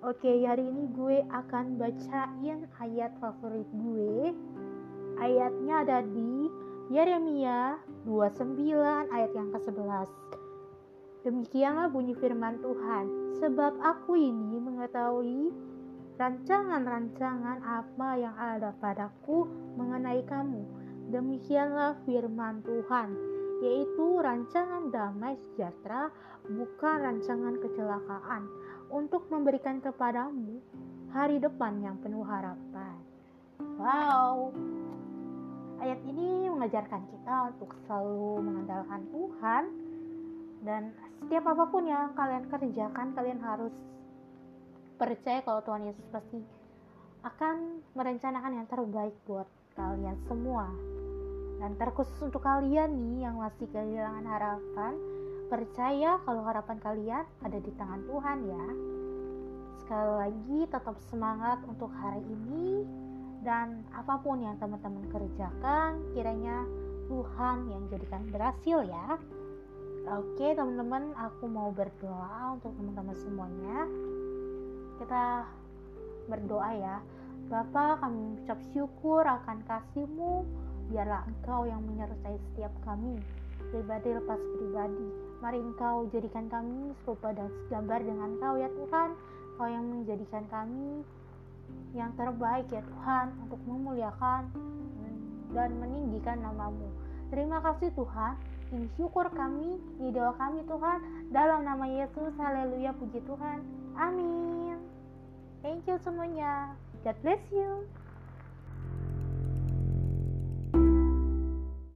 Oke, hari ini gue akan bacain ayat favorit gue. Ayatnya ada di Yeremia 29 ayat yang ke-11. Demikianlah bunyi firman Tuhan, sebab aku ini mengetahui rancangan-rancangan apa yang ada padaku mengenai kamu. Demikianlah firman Tuhan, yaitu rancangan damai sejahtera, bukan rancangan kecelakaan, untuk memberikan kepadamu hari depan yang penuh harapan. Wow, ayat ini mengajarkan kita untuk selalu mengandalkan Tuhan, dan setiap apapun yang kalian kerjakan, kalian harus percaya kalau Tuhan Yesus pasti akan merencanakan yang terbaik buat kalian semua. Dan terkhusus untuk kalian nih yang masih kehilangan harapan, percaya kalau harapan kalian ada di tangan Tuhan ya. Sekali lagi tetap semangat untuk hari ini, dan apapun yang teman-teman kerjakan, kiranya Tuhan yang jadikan berhasil ya. Oke teman-teman, aku mau berdoa untuk teman-teman semuanya. Kita berdoa ya. Bapa, kami mengucap syukur akan kasih-Mu. Biarlah Engkau yang menyertai setiap kami, pribadi lepas pribadi. Mari Engkau jadikan kami serupa dan segambar dengan Engkau ya Tuhan. Engkau yang menjadikan kami yang terbaik ya Tuhan, untuk memuliakan dan meninggikan nama-Mu. Terima kasih Tuhan. Ini syukur kami, ini doa kami Tuhan, dalam nama Yesus. Haleluya, puji Tuhan. Amin. Thank you semuanya. God bless you.